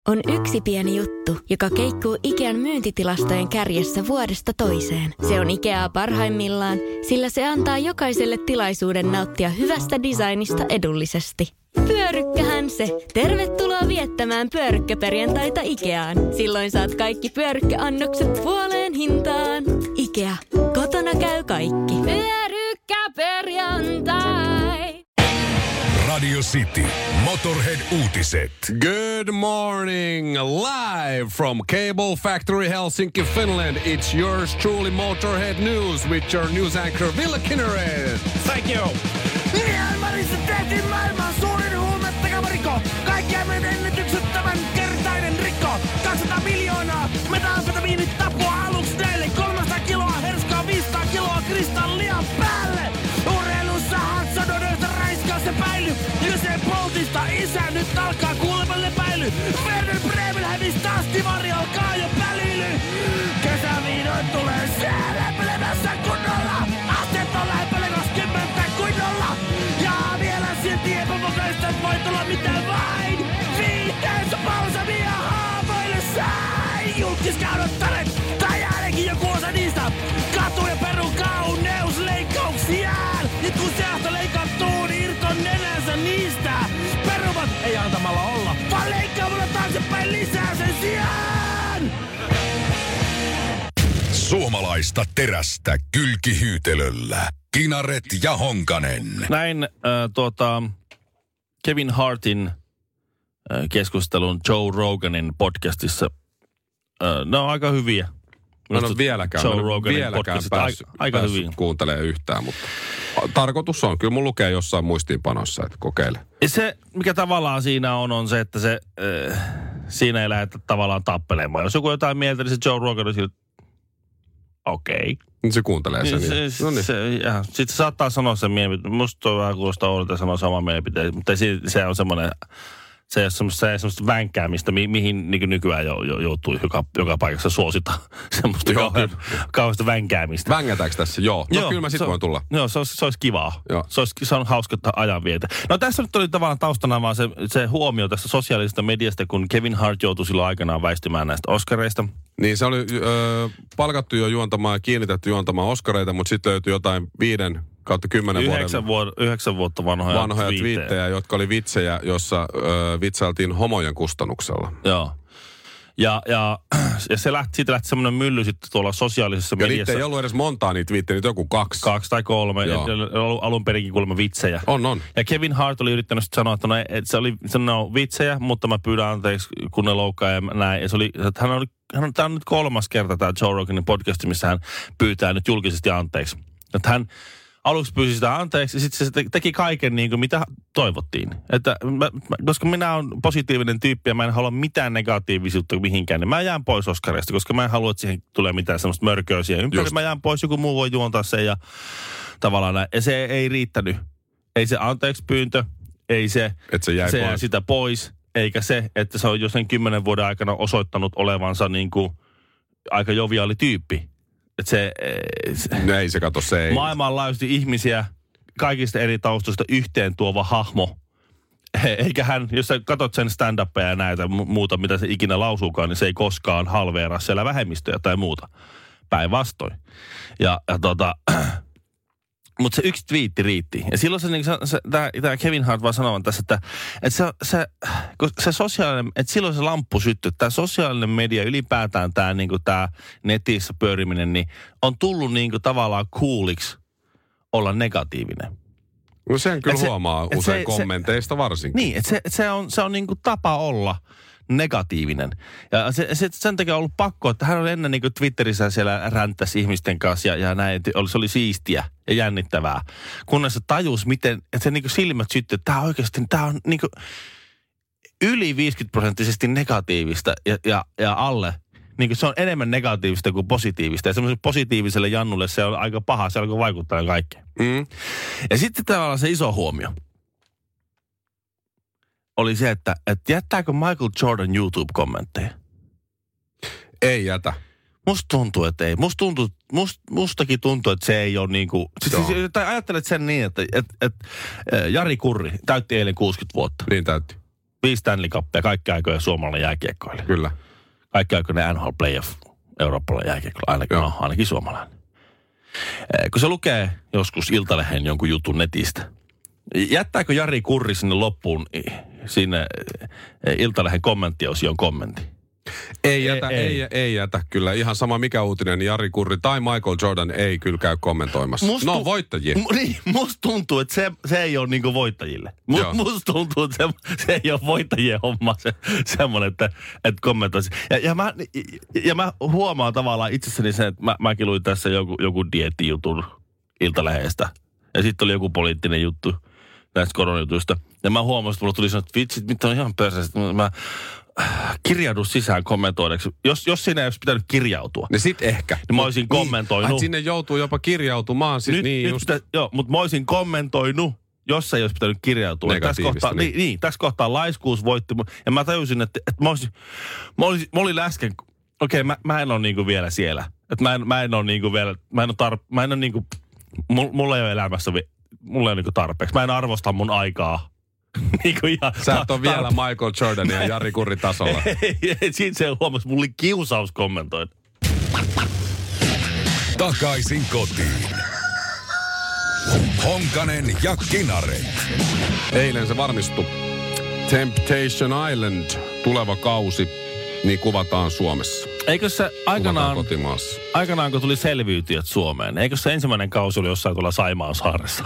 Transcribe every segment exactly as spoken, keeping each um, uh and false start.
On yksi pieni juttu, joka keikkuu Ikean myyntitilastojen kärjessä vuodesta toiseen. Se on Ikeaa parhaimmillaan, sillä se antaa jokaiselle tilaisuuden nauttia hyvästä designista edullisesti. Pyörykkähän se! Tervetuloa viettämään pyörykkäperjantaita Ikeaan. Silloin saat kaikki pyörykkäannokset puoleen hintaan. Ikea. Kotona käy kaikki. Pyörykkäperjantai! Radio City. Motorhead-uutiset. Good morning. Live from Cable Factory Helsinki, Finland. It's yours truly Motorhead News with your news anchor Ville Kinnared. Thank you. Myanmarissa tehtiin maailman suurin huumetakavarikko. Kaikkien ennätyksettömän kertainen rikko. kaksisataa miljoonaa metanfetamiinit tappua aluksi näille. kolmesataa kiloa herskaa, viisisataa kiloa kristallia päälle. Urheilussa Hansonodesta raiskaus ja päily. Usain Boltista isä nyt alkaa kuuleman lepäily. Werner Bremen hävisi taas, divari alkaa jo pälyily. Kesäviinoin tulee säälepelemässä kunnolla. Asteet on lähempänä kaksikymmentä kuin nolla. Ja vielä silti epämukaista voi tulla mitä vain. Viiteensä balsamia haavoille sai. Julkiskaudottaneet tai ainakin joku osa niistä. Katu ja peru kauneusleikkauksiaan. Nyt kun seasta leikattuu, niin irton nenänsä niistä. Perumat ei antamalla olla, vaan leikkaamalla taaksepäin lisää sen sijaan. Suomalaista terästä kylkihyytelöllä. Kinaret ja Honkanen. Näin äh, tuota, Kevin Hartin äh, keskustelun Joe Roganin podcastissa. Äh, ne on aika hyviä. Mä en ole vieläkään, Joe Roganin vieläkään päässyt, aika, aika päässyt hyviä. kuuntelemaan yhtään, mutta tarkoitus on. Kyllä mun lukee jossain muistiinpanossa, että kokeile. Se, mikä tavallaan siinä on, on se, että se, äh, siinä ei lähdetä tavallaan tappelemaan. Jos joku jotain mieltä, niin se Joe Rogan on sillä, okei. Okay. Niin se kuuntelee sen. Niin, se, no niin. se, sitten se saattaa sanoa sen mielipiteen. Musta on vähän kuulostaa oudolta sanoa samaa mielipiteen, mutta se, se on semmoinen, se ei ole semmoista, semmoista vänkäämistä, mi, mihin niin nykyään jo, jo, joutuu joka, joka paikassa suositaan. Semmoista kauhean, kauheasta vänkäämistä. Vängätäänkö tässä? Joo. No joo, kyllä mä sit voin tulla. Joo, se olisi, se olisi kivaa. Joo. Se olisi, se on hauska ajanvietä. No tässä nyt oli tavallaan taustana vaan se, se huomio tästä sosiaalisesta mediasta, kun Kevin Hart joutui silloin aikanaan väistymään näistä Oscareista. Niin se oli ö, palkattu jo juontamaan ja kiinnitetty juontamaan Oscareita, mutta sitten löytyi jotain viiden kautta kymmenen yhdeksän vuoden vuod- yhdeksän vuotta vanhoja, vanhoja twiittejä. twiittejä, jotka oli vitsejä, jossa ö, vitsailtiin homojen kustannuksella. Joo. Ja, ja, ja se lähti, siitä lähti semmoinen mylly sitten tuolla sosiaalisessa ja mediassa. Ja niitä ei ollut edes montaa niitä twiittejä, niitä joku kaksi. Kaksi tai kolme. Alun perinkin kuulemma vitsejä. On, on. Ja Kevin Hart oli yrittänyt sanoa, että, no, että se oli se no, vitsejä, mutta mä pyydän anteeksi, kun ne loukkaa ja näin. Ja se oli, että hän oli, hän, tämä on nyt kolmas kerta tämä Joe Roganin podcast, missä hän pyytää nyt julkisesti anteeksi. Että hän aluksi pyysi sitä anteeksi, ja sitten se teki kaiken niin kuin mitä toivottiin. Että mä, mä, koska minä olen positiivinen tyyppi, ja mä en halua mitään negatiivisuutta mihinkään, niin mä jään pois Oscarista, koska mä en halua, että siihen tulee mitään semmoista mörköä siihen ympäri. Mä jään pois, joku muu voi juontaa sen, ja tavallaan näin. Ja se ei riittänyt. Ei se anteeksi pyyntö, ei se, se jäi se pois. sitä pois, eikä se, että se on jo sen kymmenen vuoden aikana osoittanut olevansa niin kuin aika joviaali tyyppi. Että se, se, no ei se kato, se ei. Maailmanlaajuisesti ihmisiä kaikista eri taustoista yhteen tuova hahmo. Eikä hän, jos sä katot sen stand-upia ja näitä muuta, mitä se ikinä lausuukaan, niin se ei koskaan halveeraa siellä vähemmistöjä tai muuta. Päinvastoin. Ja, ja tota, mutta se yksi twiitti riitti. Ja silloin se, niin se, se tämä Kevin Hart vaan sanovan tässä, että, että se, se, se sosiaalinen, että silloin se lamppu syttyi, tämä sosiaalinen media, ylipäätään tämä, niin kuin tämä netissä pyöriminen, niin on tullut niin kuin tavallaan cooliksi olla negatiivinen. No sen kyllä se, huomaa usein se, kommenteista varsinkin. Niin, että se, se on, se on niin kuin tapa olla negatiivinen. Ja se, se, sen takia on ollut pakko, että hän oli ennen niin kuin Twitterissä siellä ränttäsi ihmisten kanssa ja, ja näin, että se oli siistiä ja jännittävää. Kunnes se tajus, miten, että se niin kuin silmät syttyi, että tämä oikeasti, tämä on niin kuin yli viisikymmentä prosenttisesti negatiivista ja, ja, ja alle. Niin kuin se on enemmän negatiivista kuin positiivista. Ja semmoiselle positiiviselle Jannulle se on aika paha, se alkoi vaikuttaa kaikkeen. Mm. Ja sitten tavallaan se iso huomio oli se, että, että jättääkö Michael Jordan YouTube-kommentteja? Ei jätä. Musta tuntuu, että ei. Musta tuntuu, must, mustakin tuntuu, että se ei ole niin kuin... Siis, tai ajattelet sen niin, että et, et, Jari Kurri täytti eilen kuusikymmentä vuotta. Niin täytti. Viisi Stanley Cupia, kaikki aikojen suomalainen jääkiekkoille. Kyllä. Kaikki aikojen N H L playoff eurooppalainen jääkiekkoille, ainakin, no, ainakin suomalainen. Kun se lukee joskus Iltalehden jonkun jutun netistä, jättääkö Jari Kurri sinne loppuun sinne Iltalehden kommenttiosion kommentti? Ei jätä, ei, ei. Ei, ei jätä kyllä. Ihan sama mikä uutinen, niin Jari Kurri tai Michael Jordan ei kyllä käy kommentoimassa. Mustu, no voittajia. M- niin, musta tuntuu, että se, se ei ole niinku voittajille. Must, musta tuntuu, että se, se ei ole voittajien homma se, semmoinen, että, että kommentoisi. Ja, ja, mä, ja mä huomaan tavallaan itsessäni sen, että mä, mäkin luin tässä joku, joku dieettijutun Iltalehdestä. Ja sitten oli joku poliittinen juttu näistä koronajutuista. Ja mä huomasin, että mulla tuli sanoa, että vitsit, mitä on ihan perseestä. Mä kirjaudu sisään kommentoidaksi. Jos, jos siinä ei olisi pitänyt kirjautua. Niin sit ehkä. Niin mä olisin kommentoinut. Niin, sinne joutuu jopa kirjautumaan. Siis nyt, niin nyt just. Pitä, joo, mutta mä olisin kommentoinut, jos ei olisi pitänyt kirjautua. Tässä kohtaa, niin. Niin, niin, tässä kohtaa laiskuus voitti. Ja mä tajusin, että, että mä, olisin, mä, olisin, mä olin äsken, okei, okay, mä, mä en ole niinku vielä siellä. Että mä en, mä en ole niinku vielä, mä en ole, tar, mä en ole niinku, mulla ei ole elämässä, mulla ei ole niinku tarpeeksi. Mä en arvosta mun aikaa. Niinku ihan, sä et ole vielä Michael Jordanin ja Jari Kurri tasolla. Siitä se huomasi, mulla oli kiusaus kommentoida. Takaisin kotiin. Honkanen ja Kinaret. Eilen se varmistui. Temptation Island, tuleva kausi, niin kuvataan Suomessa. Eikö se aikanaan, aikanaan kun tuli selviytyjät Suomeen, eikö se ensimmäinen kausi oli jossain tuolla Saimaan saaressa?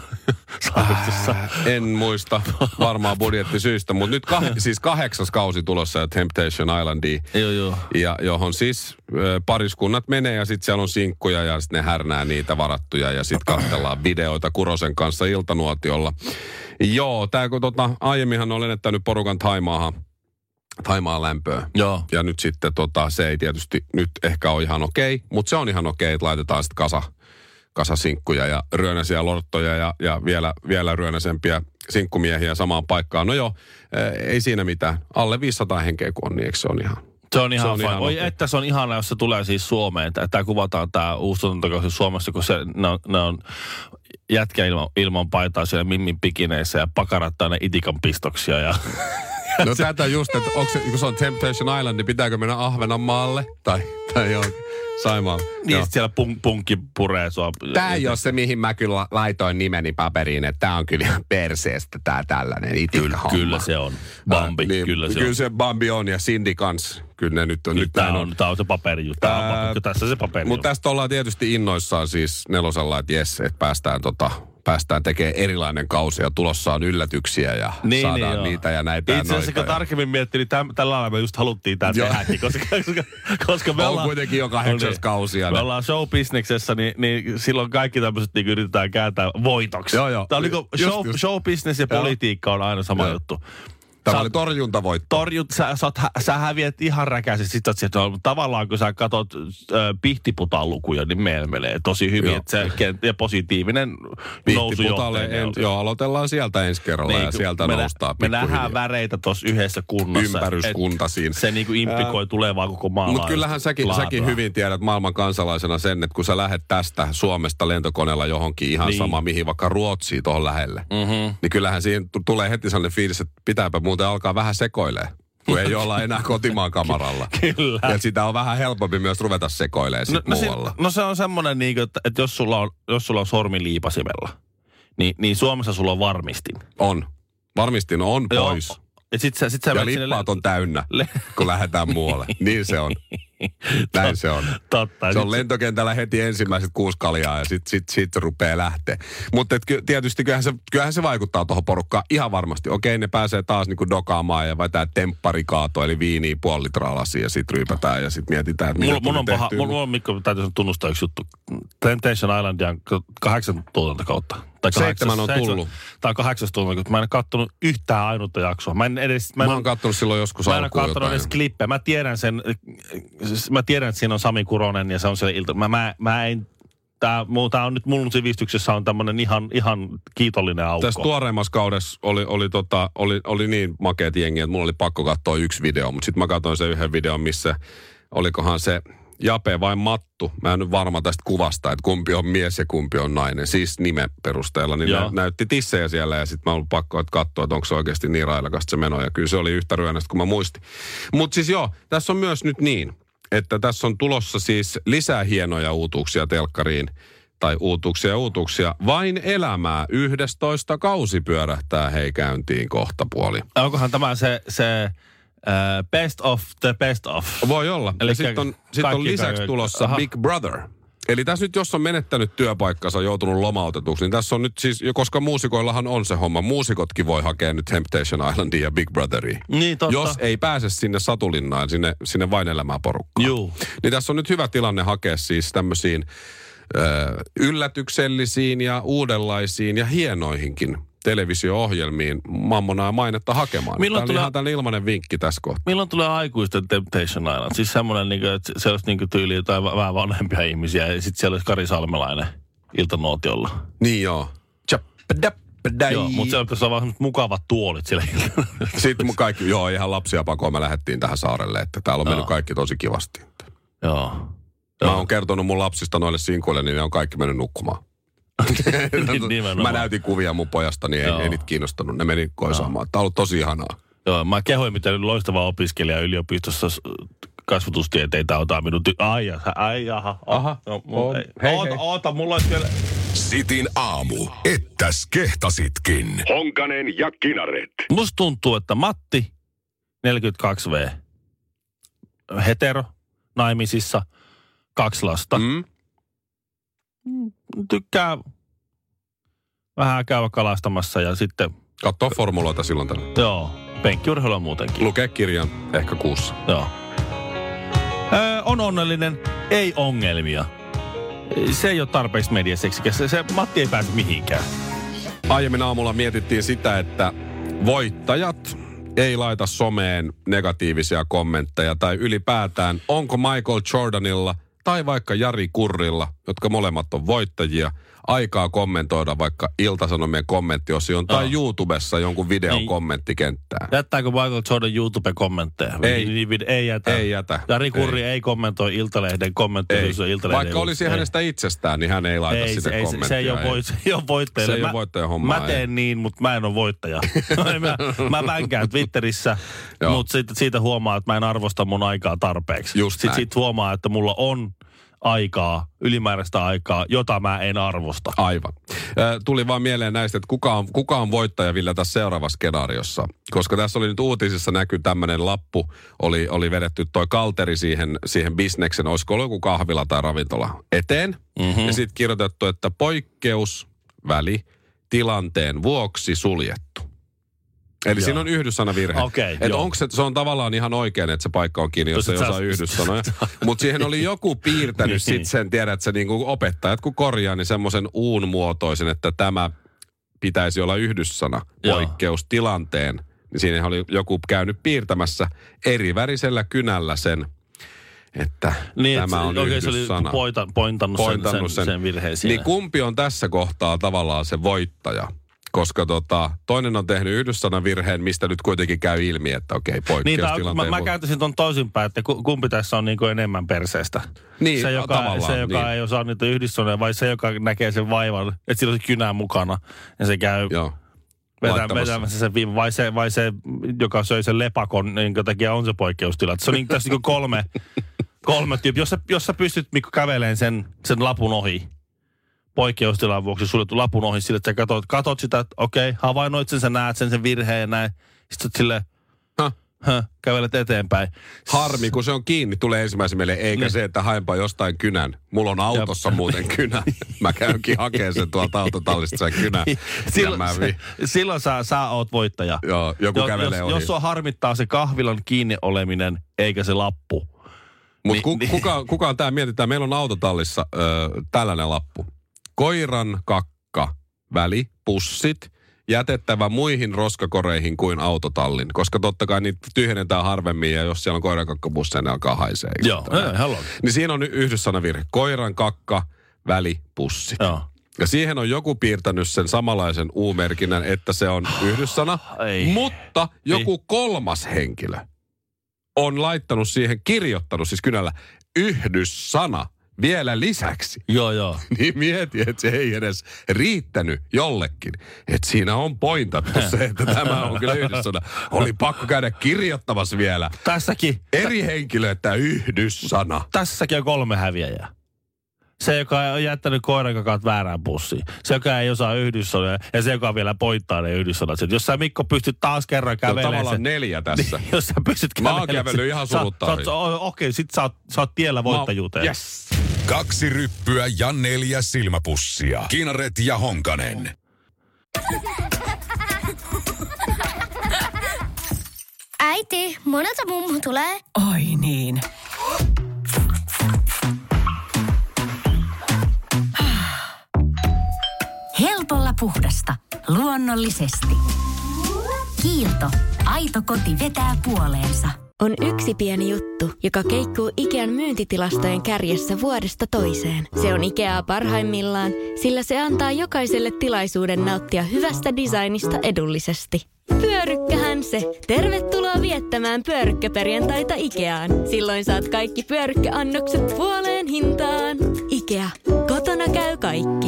Äh, en muista, varmaan budjettisyistä, mutta nyt kah- siis kahdeksas kausi tulossa ja Temptation Islandiin. Joo, joo. Ja johon siis äh, pariskunnat menee ja sitten siellä on sinkkuja ja sitten ne härnää niitä varattuja ja sitten katsellaan videoita Kurosen kanssa iltanuotiolla. Joo, tää kun tota, aiemminhan on lennettänyt porukan Taimaahan. Thaimaan lämpöä. Joo. Ja nyt sitten tota, se ei tietysti nyt ehkä ole ihan okei, mutta se on ihan okei, että laitetaan sitten kasa, kasasinkkuja ja ryönäisiä lorttoja ja, ja vielä, vielä ryönäisempiä sinkkumiehiä samaan paikkaan. No joo, ei siinä mitään. Alle viisisataa henkeä kun on, niin eikö se on ihan... Se on ihan, se on ihan Oi, okay. Että se on ihana, jos se tulee siis Suomeen. Tämä kuvataan tämä uusi tuotantokausi Suomessa, kun se, ne, on, ne on jätkä ilman, ilman paitaa siellä mimmin pikineissä ja pakarat täynnä itikan pistoksia ja... No tätä just, että onko se, kun se on Temptation Island, niin pitääkö mennä Ahvenanmaalle tai, tai johonkin Saimaalle? Niin siellä punk, punkki puree sua. Tämä ei ole se, mihin mä kyllä laitoin nimeni paperiin, että tämä on kyllä ihan perseestä tämä tällainen itikka homma. Kyllä se on. Bambi, äh, niin, kyllä se kyllä on. se Bambi on ja Cindy kans. Kyllä ne nyt on. Nyt tämä on, on. Tämä on se paperijuttu. Äh, tässä se paperi Mutta tästä ollaan tietysti innoissaan siis nelosella, että jes, että päästään tota... Päästään tekemään erilainen kausi ja tulossa on yllätyksiä ja niin, saadaan niin, niitä ja näitä ja itse asiassa kun tarkemmin miettii, niin täm, tällä lailla me just haluttiin tämä tehdäkin, koska, koska, koska me on ollaan... kuitenkin jo kahdeksas niin, kausia. Me ollaan show-bisneksessä, niin, niin silloin kaikki tämmöiset niin yritetään kääntää voitoksi. Joo, joo. Tämä on niin kuin show, show-business ja politiikka on aina sama joo. juttu. Tämä oli torjuntavoitto. Torjut, sä, sä, hä, sä häviät ihan räkäisesti. Sitten että no, tavallaan kun sä katot äh, pihtiputaan lukuja, niin meillä menee tosi hyvin. Että se ja positiivinen nousu en, joo, aloitellaan sieltä ensi kerralla niin, ja sieltä me noustaa Me nähdään väreitä tuossa yhdessä kunnassa. Ympäryskunta siinä. Se niinku implikoi äh, tulevaa koko maailmaa. Mutta kyllähän säkin, säkin hyvin tiedät maailman kansalaisena sen, että kun sä lähdet tästä Suomesta lentokoneella johonkin ihan niin. sama, mihin vaikka Ruotsiin tuohon lähelle, mm-hmm. niin kyllähän siihen t- tulee heti sellainen fiilis, että pitääpä muuten alkaa vähän sekoilee, kun ei olla enää kotimaan kamaralla. Kyllä. Ja sitä on vähän helpompi myös ruveta sekoilemaan sit no, muualla. No, no se on semmoinen, niin että, että jos sulla on, jos sulla on sormi liipasimella, niin, niin Suomessa sulla on varmistin. On. Varmistin on pois. Joo. Ja, sit sä, sit sä ja lippaat on täynnä, le- kun lähdetään muualle. Niin se on. Näin se on. Totta. Se on lentokentällä heti ensimmäiset kuusi kaljaa ja sitten sit, sit rupeaa lähteä. Mutta tietysti kyllähän se, kyllähän se vaikuttaa tuohon porukkaan ihan varmasti. Okei, ne pääsee taas niinku dokaamaan ja vetää tempparikaato, eli viiniä puoli litraa lasia ja sitten ryypätään ja sitten mietitään, että mulla, mulla on paha, mulla on Mikko, täytyy tunnustaa yksi juttu. Temptation Islandia on kahdeksan tuotantokautta. Tai Seitsemän on tullut. Seitsemän, tai kahdeksas tuotantokautta. Mä en kattonut yhtään ainutta jaksoa. Mä en edes... Mä, en, mä oon kattonut silloin joskus alkuun jotain. Mä en kattonut edes klippejä. Mä tiedän sen... Mä tiedän, että siinä on Sami Kuronen ja se on se ilta. Mä, mä, mä en... Tää, tää on nyt mun sivistyksessä on tämmönen ihan, ihan kiitollinen aukko. Tässä tuoreimmassa kaudessa oli, oli, tota, oli, oli niin makeat jengi, että mulla oli pakko katsoa yksi video. Mutta sitten mä katsoin sen yhden videon, missä olikohan se Jape vai Mattu. Mä en nyt varma tästä kuvasta, että kumpi on mies ja kumpi on nainen. Siis nimen perusteella. Niin nä- näytti tissejä siellä ja sitten mä olin pakko että katsoa, että onko se oikeasti niin railakasta se meno. Ja kyllä se oli yhtä ryönästä kuin mä muistin. Mutta siis joo, tässä on myös nyt niin, että tässä on tulossa siis lisää hienoja uutuuksia telkkariin. Tai uutuuksia ja uutuuksia. Vain elämää yhdestoista kausi pyörähtää hei käyntiin kohtapuoli. Onkohan tämä se, se uh, best of the best of? Voi olla. Eli ja sitten on, sit on lisäksi tulossa Aha. Big Brother. Eli tässä nyt, jos on menettänyt työpaikkansa, joutunut lomautetuksi, niin tässä on nyt siis, koska muusikoillahan on se homma. Muusikotkin voi hakea nyt Temptation Islandia ja Big Brotheria. Niin, totta. Jos ei pääse sinne Satulinnaan, sinne, sinne Vain elämää porukkaan. Juu. Niin tässä on nyt hyvä tilanne hakea siis tämmöisiin Ö, yllätyksellisiin ja uudenlaisiin ja hienoihinkin televisio-ohjelmiin mammonaa mainetta hakemaan. Milloin Tämä tulee, on ihan tämän ilmainen vinkki tässä kohtaa. Milloin tulee aikuisten Temptation Island? Siis semmoinen, niin kuin, että se olisi niin kuin tyyli jotain vähän vanhempia ihmisiä ja sitten siellä olisi Kari Salmelainen iltanuotiolla. Niin joo. Joo, mutta se on vaan mukavat tuolit siellä. Sitten mun kaikki, joo, ihan lapsia pakoon me lähdettiin tähän saarelle, että täällä on joo. mennyt kaikki tosi kivasti. Joo. Mä oon kertonut mun lapsista noille sinkuille, niin ne on kaikki mennyt nukkumaan. Mä näytin kuvia mun pojasta, niin ei, ei niitä kiinnostanut. Ne meni koisaamaan. Tämä on ollut tosi ihanaa. Joo, mä kehoin, miten loistava opiskelija yliopistossa kasvatustieteitä ota minun ty- Ai, ai, jaha. Aha. No, on. Hei, hei. Oota, oota, mulla olisi vielä... Sitin aamu. Ettäs kehtasitkin. Honkanen ja Kinaret. Musta tuntuu, että Matti, neljäkymmentäkaksi vuotta, hetero, naimisissa, kaksi lasta. Mm. Tykkää vähän käydä kalastamassa ja sitten... Katsoo formuloita silloin tällä. Joo, penkkiurheilua muutenkin. Lukee kirjan ehkä kuussa. Joo. Öö, on onnellinen, ei ongelmia. Se ei ole tarpeeksi mediaseksikäs. Se, se Matti ei pääse mihinkään. Aiemmin aamulla mietittiin sitä, että voittajat ei laita someen negatiivisia kommentteja tai ylipäätään onko Michael Jordanilla tai vaikka Jari Kurrilla, jotka molemmat on voittajia, aikaa kommentoida vaikka Ilta-Sanomien kommenttiosion tai oh. YouTubessa jonkun videon ei. kommenttikenttään. Jättääkö Michael Jordan YouTube-kommentteja? Ei. Ei jätä. Ei jätä. Jari Kurri ei, ei kommentoi Iltalehden kommenttiosion. Vaikka olisi ei. hänestä itsestään, niin hän ei laita ei, sitä ei, kommenttia. Se ei ole, voi, se ei ole voittaja. Se ei mä, ole voittaja hommaa. Mä teen ei. niin, mutta mä en ole voittaja. mä, mä vänkään Twitterissä, mutta siitä, siitä huomaa, että mä en arvosta mun aikaa tarpeeksi. Sitten sit huomaa, että mulla on aikaa, ylimääräistä aikaa, jota mä en arvosta. Aivan. Tuli vaan mieleen näistä, että kuka on, kuka on voittaja Ville tässä seuraavassa skenaariossa. Koska tässä oli nyt uutisissa näkyy tämmöinen lappu, oli, oli vedetty toi kalteri siihen, siihen bisneksen, olisiko ollut joku kahvila tai ravintola eteen. Mm-hmm. Ja sitten kirjoitettu, että poikkeusväli tilanteen vuoksi suljettu. Eli Joo. siinä on yhdyssanavirhe. Okay, että onko se, se on tavallaan ihan oikein, että se paikka on kiinni, jos ei osaa yhdyssanoja. Mutta siihen oli joku piirtänyt sitten sen, tiedät, että se niinku opettajat kun korjaa, niin semmoisen uun muotoisen, että tämä pitäisi olla yhdyssana poikkeustilanteen. Niin siinä oli joku käynyt piirtämässä eri värisellä kynällä sen, että niin, tämä on okay, yhdyssana. Se oli poita, pointannut, pointannut sen, sen, sen virheen siinä. Niin kumpi on tässä kohtaa tavallaan se voittaja? Koska tota, toinen on tehnyt yhdyssanavirheen, mistä nyt kuitenkin käy ilmi, että okei, poikkeustilanteen... Niin, mä, mä kääntäisin ton toisinpäin, että kumpi tässä on niinku enemmän perseestä. Niin, se, joka, tavallaan. Se, joka niin. ei osaa niitä yhdyssanoja, vai se, joka näkee sen vaivan, että sillä on se kynä mukana, ja se käy Joo. vetämässä sen viivan, vai se, vai se, joka söi sen lepakon, niin takia on se poikkeustila. Se on niin, tässä niin kolme, kolme tyyppiä. Jos, jos sä pystyt Mikko kävelemään sen, sen lapun ohi, poikkeustilan vuoksi suljettu lapun ohi sille, että sä katot, katot sitä, että okei, okay, havainnoit sen, sä näet sen, sen virheen ja näin. Sitten silleen, huh. huh, kävelet eteenpäin. Harmi, kun se on kiinni, tulee ensimmäisen meille, eikä niin. se, että haenpa jostain kynän. Mulla on autossa ja. muuten kynä. Mä käynkin hakemaan sen tuolta autotallista sen kynän. silloin, vi... silloin sä, sä oot voittaja. Joo, joku jo, kävelee jos, ohi. Jos sua harmittaa se kahvilan kiinni oleminen, eikä se lappu. Mutta ku, niin, kuka, kuka on tää, mietitään, meillä on autotallissa ö, tällainen lappu. Koiran kakka, väli, pussit, jätettävä muihin roskakoreihin kuin autotallin. Koska totta kai niitä tyhjennetään harvemmin ja jos siellä on koiran kakkapusseja, ne alkaa haisee. Joo, ei, haluan. Niin siinä on yhdyssanavirhe. Koiran kakka, väli, pussit. Joo. Ja siihen on joku piirtänyt sen samanlaisen U-merkinnän, että se on yhdyssana. Ei. Mutta joku kolmas henkilö on laittanut siihen, kirjoittanut siis kynällä, yhdyssana vielä lisäksi. Joo, joo. Niin mieti, että se ei edes riittänyt jollekin. Että siinä on pointattu se, että tämä on kyllä yhdyssana. Oli pakko käydä kirjoittamassa vielä. Tässäkin. Eri henkilöitä yhdyssana. Tässäkin on kolme häviäjää. Se, joka on jättänyt koirankakaat väärään pussiin. Se, joka ei osaa yhdyssanoja. Ja se, joka vielä pointtaa ne yhdyssanat. Jos sä, Mikko, pystyt taas kerran kävelemään. Se on tavallaan neljä tässä. Niin, jos sä pystyt kävelemään. Mä oon kävellyt ihan suluttaviin. Okei, okay, sit sä oot, sä oot tiellä voittajuuteen. Yes. Kaksi ryppyä ja neljä silmäpussia. Kinaret ja Honkanen. Äiti, monelta mummu tulee? Oi niin. Helpolla puhdasta. Luonnollisesti. Kiilto. Aito koti vetää puoleensa. On yksi pieni juttu, joka keikkuu Ikean myyntitilastojen kärjessä vuodesta toiseen. Se on Ikeaa parhaimmillaan, sillä se antaa jokaiselle tilaisuuden nauttia hyvästä designista edullisesti. Pyörykkähän se! Tervetuloa viettämään pyörykkäperjantaita Ikeaan. Silloin saat kaikki pyörykkäannokset puoleen hintaan. Ikea. Kotona käy kaikki.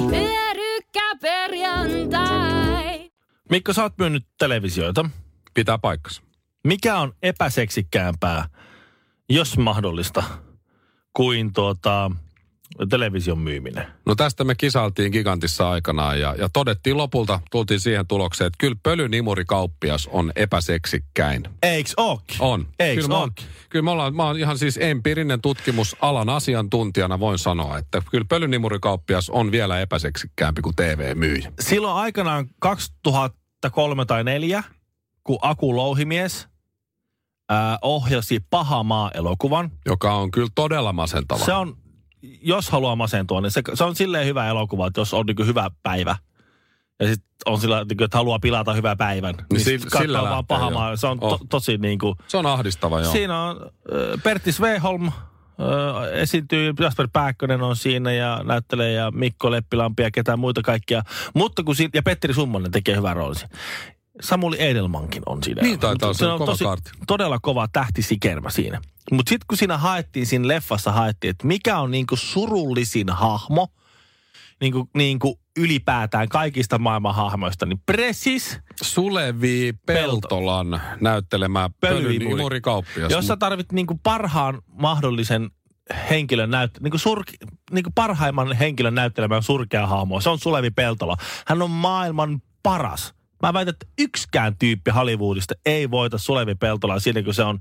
Pyörykkäperjantai! Mikko, sä oot myynyt televisioita. Pitää paikkansa. Mikä on epäseksikkäämpää, jos mahdollista, kuin tuota, television myyminen? No tästä me kisailtiin Gigantissa aikanaan ja, ja todettiin lopulta, tultiin siihen tulokseen, että kyllä pölynimurikauppias on epäseksikkäin. Eiks ookin? On. Eiks kyllä ookin? Kyllä me ollaan, mä oon ihan siis empiirinen tutkimus alan asiantuntijana voin sanoa, että kyllä pölynimurikauppias on vielä epäseksikkäämpi kuin T V-myyjä. Silloin aikanaan kaksituhattakolme tai neljä, kun Aku Louhimies ää, ohjasi Paha maa-elokuvan. Joka on kyllä todella masentava. Se on, jos haluaa masentua, niin se, se on silleen hyvä elokuva, että jos on niin hyvä päivä. Ja sitten on sillä, että haluaa pilata hyvää päivän. Niin, niin sillä, katsoo sillä vaan lähtee, Paha joo. maa. Se on to, oh. tosi niin kuin... Se on ahdistava, joo. Siinä on äh, Pertti Sveholm äh, esiintyy, Jasper Pääkkönen on siinä ja näyttelee ja Mikko Leppilampi ja ketään muita kaikkia. Mutta kun siinä, ja Petteri Summonen tekee hyvää roolia. Samuli Edelmankin on siinä. Niin taitaa se on kova tosi, kaarti. todella kova tähtisikermä siinä. Mutta sitten kun siinä haettiin, siinä leffassa haettiin, että mikä on niinku surullisin hahmo, niinku, niinku ylipäätään kaikista maailman hahmoista, niin Precis. Sulevi Peltolan Pelto. näyttelemä pölynimurikauppias. Jos sä tarvit niinku parhaan mahdollisen henkilön näyt, niinku surki, niinku parhaimman henkilön näyttelemään surkea hahmoa, se on Sulevi Peltola. Hän on maailman paras. Mä väitän, että yksikään tyyppi Hollywoodista ei voita Sulevi Peltolaa siinä, kun se on...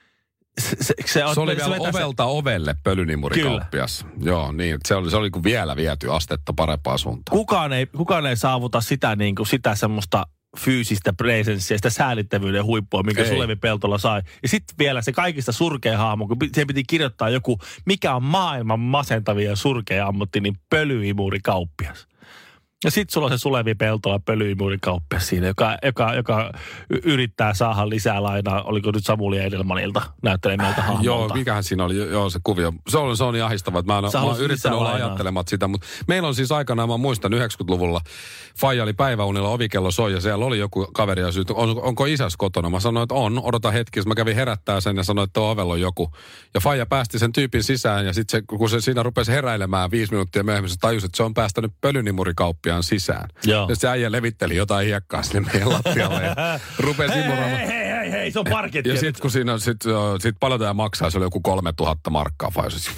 Se, se, se, on, se oli se vielä ovelta se... ovelle pölynimurikauppias. Joo, niin. Se oli, se oli kuin vielä viety astetta parempaan suuntaan. Kukaan ei, kukaan ei saavuta sitä, niin kuin, sitä semmoista fyysistä presenssiä, sitä säälittävyyden huippua, minkä ei. Sulevi Peltola sai. Ja sitten vielä se kaikista surkea hahmo, kun siihen piti kirjoittaa joku, mikä on maailman masentavia ja surkea ammatti, niin pölyimurikauppias. Ja sitten sulla on se Sulevi Peltola pölyimurikauppias siinä, joka, joka, joka yrittää saada lisää lainaa. Oliko nyt Samuli Edelmanilta näyttelemältä hahmolta? Joo, mikähän siinä oli, joo se kuvio. Se on, se on niin ahdistava, että mä, en, mä oon yrittänyt olla ajattelematta sitä. Mutta meillä on siis aikanaan, mä muistan yhdeksänkymmentäluvulla, faija oli päiväunilla, ovikello soi ja siellä oli joku kaveri ja syyt, on, onko isäs kotona? Mä sanoin, että on, odota hetki. Mä kävin herättää sen ja sanoin, että ovella on joku. Ja faija päästi sen tyypin sisään ja sitten kun se siinä rupesi heräilemään viisi minuuttia myöhemmin, se tajusi, että se on päästänyt pölynimurikauppiaan sisään. Joo. Ja se äijä levitteli jotain hiekkaa sinne meidän lattialle ja rupesi imuraamaan. Hei, hei, hei, hei, se on parketti. Ja sitten kun siinä sit, sit paljon tämä maksaa, se oli joku kolmetuhatta markkaa.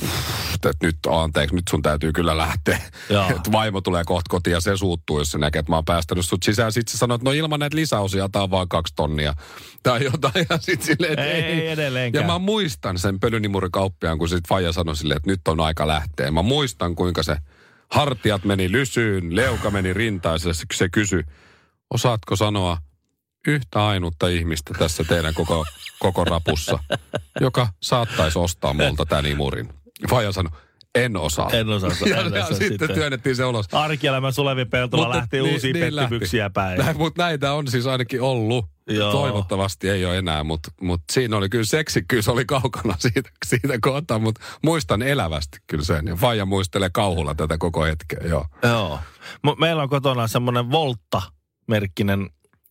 Että nyt anteeksi, nyt sun täytyy kyllä lähteä. Että vaimo tulee kohta kotiin ja se suuttuu, jos se näkee, että mä oon päästänyt sut sisään. Sitten se sanoo, että no ilman näitä lisäosia, tää on vaan kaksi tonnia. Tai jotain. Ja sitten silleen, että ei. ei edelleenkään. Ja mä muistan sen pölynimurikauppiaan, kun sit faija sanoi silleen, että nyt on aika lähteä. Mä muistan, kuinka se hartiat meni lysyyn, leuka meni rintaiselle, se kysyi, osaatko sanoa yhtä ainutta ihmistä tässä teidän koko, koko rapussa, joka saattaisi ostaa multa tämän imurin. Faija sanoi, en osaa. En osaa. Ja, en ja sitten, sitten työnnettiin se ulos. Arkielämä Sulevi Peltola mutta lähti niin, uusia niin pettymyksiä päin. Nä, mutta näitä on siis ainakin ollut. Joo. Toivottavasti ei ole enää, mutta mut siinä oli kyllä seksikkyys oli kaukana siitä, siitä kohtaa, mutta muistan elävästi kyllä sen. Ja faija muistelee kauhulla tätä koko hetkeä, joo. Joo. M- meillä on kotona semmoinen Voltta-merkkinen...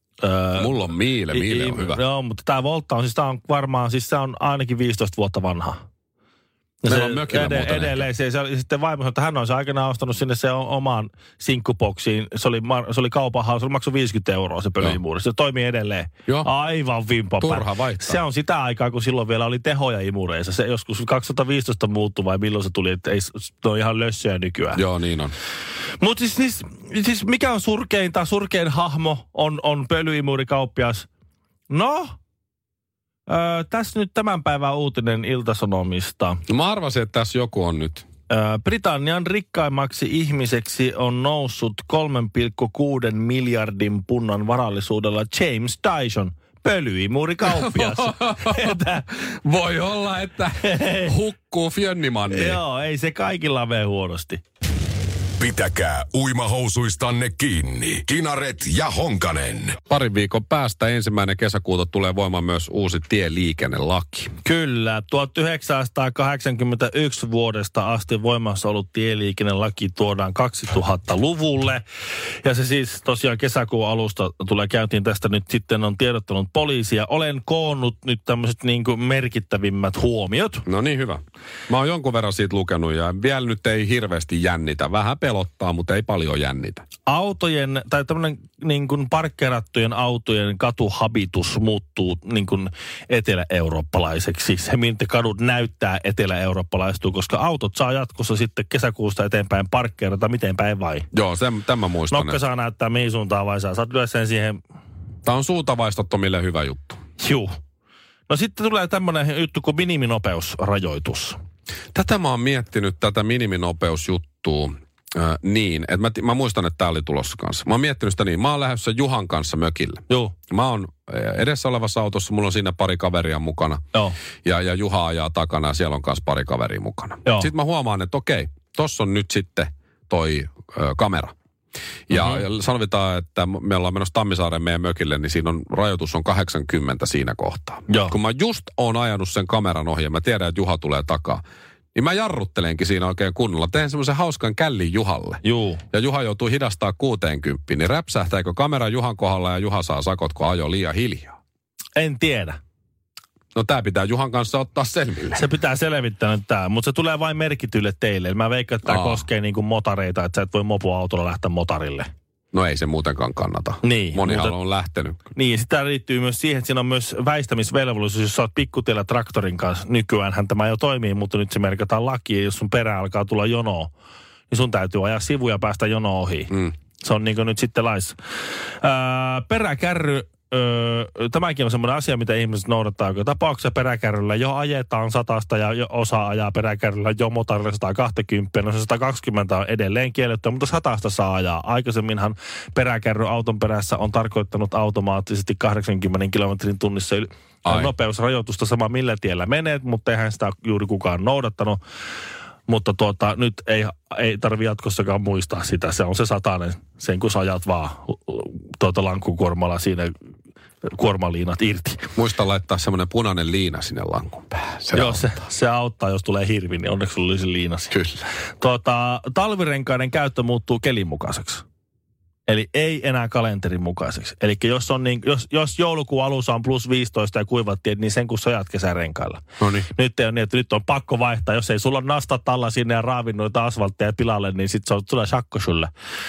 Öö, Mulla on Miele, Miele on hyvä. Joo, mutta tämä Voltta on, siis tää on varmaan, siis se on ainakin viisitoista vuotta vanha. Meillä se on mökillä ed- muuten edelleen se, se oli sitten vaimo sanoi, että hän olisi aikanaan ostanut sinne se omaan sinkkuboksiin. Se oli, se oli kaupan halus, se oli maksoi viisikymmentä euroa se pölyimuuri. Se toimii edelleen. Joo. Aivan vimpa. Turha vaihtaa. Se on sitä aikaa, kun silloin vielä oli tehoja imureissa. Se joskus kaksituhattaviisitoista muuttui vai milloin se tuli, että ei, se on ihan lössöjä nykyään. Joo, niin on. Mutta siis, siis, siis mikä on surkein tai surkein hahmo on, on pölyimurikauppias? No, öö, tässä nyt tämän päivän uutinen Ilta-Sanomista. Mä arvasin, että tässä joku on nyt. Öö, Britannian rikkaimmaksi ihmiseksi on noussut kolme pilkku kuusi miljardin punnan varallisuudella James Dyson, pölyimurikauppias. Että, voi olla, että hukkuu fjönnimanniin. joo, ei se kaikilla mene huonosti. Pitäkää uimahousuistanne kiinni. Kinaret ja Honkanen. Parin viikon päästä ensimmäinen kesäkuuta tulee voimaan myös uusi tieliikennelaki. Kyllä, tuhatyhdeksänsataakahdeksankymmentäyksi vuodesta asti voimassa ollut tieliikennelaki tuodaan kaksituhattaluvulle. Ja se siis tosiaan kesäkuun alusta tulee käyntiin. Tästä nyt sitten on tiedottanut poliisi ja olen koonnut nyt tämmöiset niin kuin merkittävimmät huomiot. No niin, hyvä. Mä oon jonkun verran siitä lukenut ja vielä nyt ei hirveästi jännitä. Vähän pelottaa, mutta ei paljon jännitä. Autojen, tai tämmöinen niin kuin parkkeerattujen autojen katuhabitus muuttuu niin kuin etelä-eurooppalaiseksi. Se, miltä kadut näyttää etelä-eurooppalaistuu, koska autot saa jatkossa sitten kesäkuusta eteenpäin parkkeerata miten päin vai. Joo, sen, tämän muistan. Nokka saa näyttää mihin suuntaan vai saa. Saat lyö sen siihen. Tämä on suutavaistottomille hyvä juttu. Juu. No sitten tulee tämmöinen juttu kuin miniminopeusrajoitus. Tätä mä oon miettinyt, tätä miniminopeusjuttua. Äh, niin, että mä, mä muistan, että tää oli tulossa kanssa. Mä oon miettinyt sitä niin. Mä oon lähdössä Juhan kanssa mökille. Joo. Mä oon edessä olevassa autossa, mulla on siinä pari kaveria mukana. Joo. Ja, ja Juha ajaa takana ja siellä on kanssa pari kaveria mukana. Joo. Sitten mä huomaan, että okei, tossa on nyt sitten toi ö, kamera. Ja, mm-hmm. ja sanotaan, että me ollaan menossa Tammisaaren meidän mökille, niin siinä on rajoitus on kahdeksankymmentä siinä kohtaa. Joo. Kun mä just oon ajanut sen kameran ohi ja mä tiedän, että Juha tulee takaa, niin mä jarruttelenkin siinä oikein kunnolla. Teen semmoisen hauskan källin Juhalle. Juu. Ja Juha joutuu hidastaa kuuteenkymppiin. Niin räpsähtääkö kamera Juhan kohdalla ja Juha saa sakot, kun ajo liian hiljaa? En tiedä. No tää pitää Juhan kanssa ottaa selville. Se pitää selvittää nyt tää, mutta se tulee vain merkityille teille. Mä veikkaan, että tää koskee niinku motareita, että sä et voi mopoautolla lähteä motarille. No ei se muutenkaan kannata. Niin. Monihan mutta, on lähtenyt. Niin, sitä liittyy myös siihen, että siinä on myös väistämisvelvollisuus. Jos sä oot pikkutiellä traktorin kanssa, nykyäänhän tämä jo toimii, mutta nyt se merkataan lakiin. Jos sun perään alkaa tulla jonoa, niin sun täytyy ajaa sivuja ja päästä jonoa ohi. Mm. Se on niin kuin nyt sitten laissa. Ää, peräkärry. Öö, tämäkin on semmoinen asia, mitä ihmiset noudattaa joka tapauksessa peräkärryllä. Jo ajetaan satasta ja jo osa ajaa peräkärryllä jo motorilla sata kaksikymmentä. No se sata kaksikymmentä on edelleen kielletty, mutta satasta saa ajaa. Aikaisemminhan peräkärry auton perässä on tarkoittanut automaattisesti kahdeksankymmentä kilometrin tunnissa yl- nopeusrajoitusta sama millä tiellä menet, mutta eihän sitä juuri kukaan noudattanut. Mutta tuota, nyt ei, ei tarvitse jatkossakaan muistaa sitä. Se on se satainen, sen kun sä ajat vaan tuota lankkukuormalla siinä kuormaliinat irti. Muista laittaa semmoinen punainen liina sinne lankun päähän. Se Joo, auttaa. se, se auttaa, jos tulee hirvi, niin onneksi sulla oli se liina siinä. Kyllä. Tuota, talvirenkaiden käyttö muuttuu kelin mukaiseksi. Eli ei enää kalenterin mukaiseksi. Eli jos, on niin, jos, jos joulukuun alussa on plus viisitoista ja kuivat tiet, niin sen kun sojat kesärenkailla. Noniin. Nyt ei ole niin, että nyt on pakko vaihtaa. Jos ei sulla ole nastat alla sinne ja raavin noita asfaltteja pilalle, niin sitten se on, tulee shakko sulle.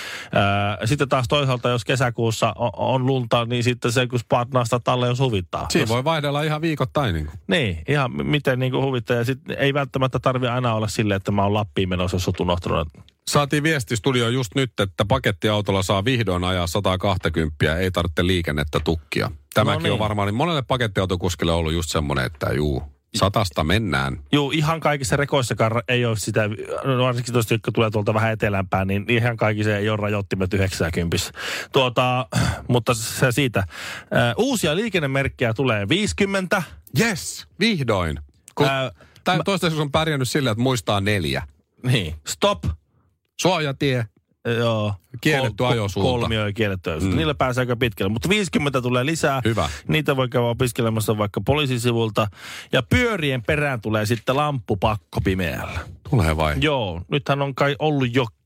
Öö, sitten taas toisaalta, jos kesäkuussa on, on lunta, niin sitten se, kun spaat nastat alle, jos huvittaa. Siinä jos, voi vaihdella ihan viikoittain. Niin, niin ihan miten niin kuin huvittaa. Ja sitten ei välttämättä tarvitse aina olla silleen, että mä oon Lappiin menossa, jos oot unohtanut. Saatiin viesti studioon just nyt, että pakettiautolla saa vihdoin ajaa sata kaksikymmentä, ei tarvitse liikennettä tukkia. Tämäkin no niin. on varmaan, niin monelle pakettiautokuskille ollut just semmoinen, että juu, satasta mennään. Juu, ihan kaikissa rekoissakaan ei ole sitä, no varsinkin tuosta, jotka tulee tuolta vähän etelämpään, niin ihan kaikissa ei ole rajoittimet yhdeksänkymmentä. Tuota, mutta se siitä. Uusia liikennemerkkejä tulee viisikymmentä. Yes, vihdoin. Kun Ää, tämä mä... toistaiseksi on pärjännyt sillä, että muistaa neljä. Niin, stop. Suojatie. Joo. Kielletty Kol- ajosuunta. Kolmio ja kielletty ajosuunta. Mm. Niillä pääsee aika pitkälle. Mutta viisikymmentä tulee lisää. Hyvä. Niitä voi käydä opiskelemassa vaikka poliisisivulta. Ja pyörien perään tulee sitten lamppupakko pimeällä. Tulee vai? Joo. Nythän on kai ollut jo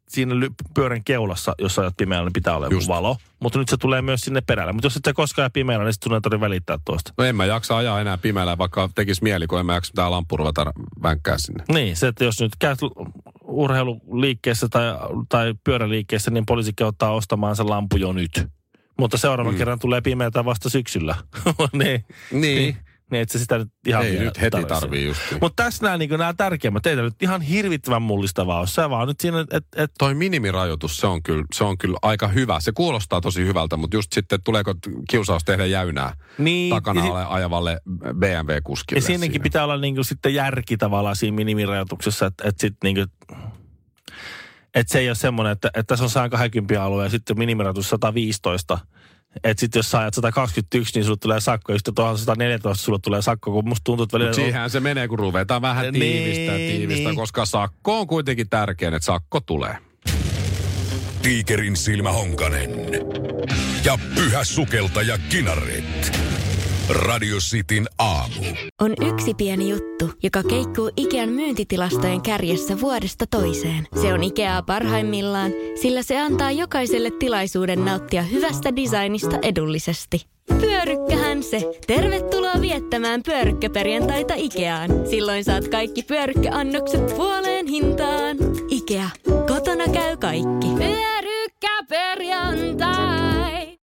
siinä ly- pyörän keulassa, jos ajat pimeällä, niin pitää olla joku valo. Mutta nyt se tulee myös sinne perälle. Mutta jos et sä koskaan aja pimeällä, niin sitten sun ei tarvitse välittää tuosta. No en mä jaksa ajaa enää pimeällä, vaikka tekisi mieli, kun en mä jaksa mitään lamppu ruveta vänkkää sinne. Niin, se, että jos nyt käyt urheiluliikkeessä tai, tai pyöräliikkeessä, niin poliisi ottaa ostamaan sen lampu jo nyt. Mutta seuraavan mm. kerran tulee pimeätä vasta syksyllä. niin. Niin. Niin, että se sitä nyt ihan ei nyt heti tarvii just. Mutta tässä nämä, niin nämä tärkeimmät, ei nyt ihan hirvittävän mullistavaa ole. Se vaan nyt siinä, että... Et... Toi minimirajoitus, se on, kyllä, se on kyllä aika hyvä. Se kuulostaa tosi hyvältä, mutta just sitten tuleeko kiusaus tehdä jäynää niin, takana si- ajavalle B M W-kuskille. Ja siinäkin siinä pitää olla niin kuin sitten järki tavallaan siinä minimirajoituksessa, että, että sitten niin kuin... Että se ei ole semmoinen, että, että tässä on sata kaksikymmentä alue ja sitten minimirajoitus sata viisitoista. Että sitten jos sä ajat sata kaksikymmentäyksi, niin sulle tulee sakko. Ja sitten tuohon sata neljätoista sulle tulee sakko, kun musta tuntuu, että välillä... Mutta siihenhän se menee, kun ruvetaan vähän tiivistää niin, tiivistää, niin. Koska sakko on kuitenkin tärkein, että sakko tulee. Tiikerin silmä Honkanen ja pyhä sukeltaja Kinaret. Radio Cityn aamu. On yksi pieni juttu, joka keikkuu Ikean myyntitilastojen kärjessä vuodesta toiseen. Se on Ikeaa parhaimmillaan, sillä se antaa jokaiselle tilaisuuden nauttia hyvästä designista edullisesti. Pyörykkähän se. Tervetuloa viettämään pyörykkäperjantaita Ikeaan. Silloin saat kaikki pyörykkäannokset puoleen hintaan. Ikea. Kotona käy kaikki. Pyö!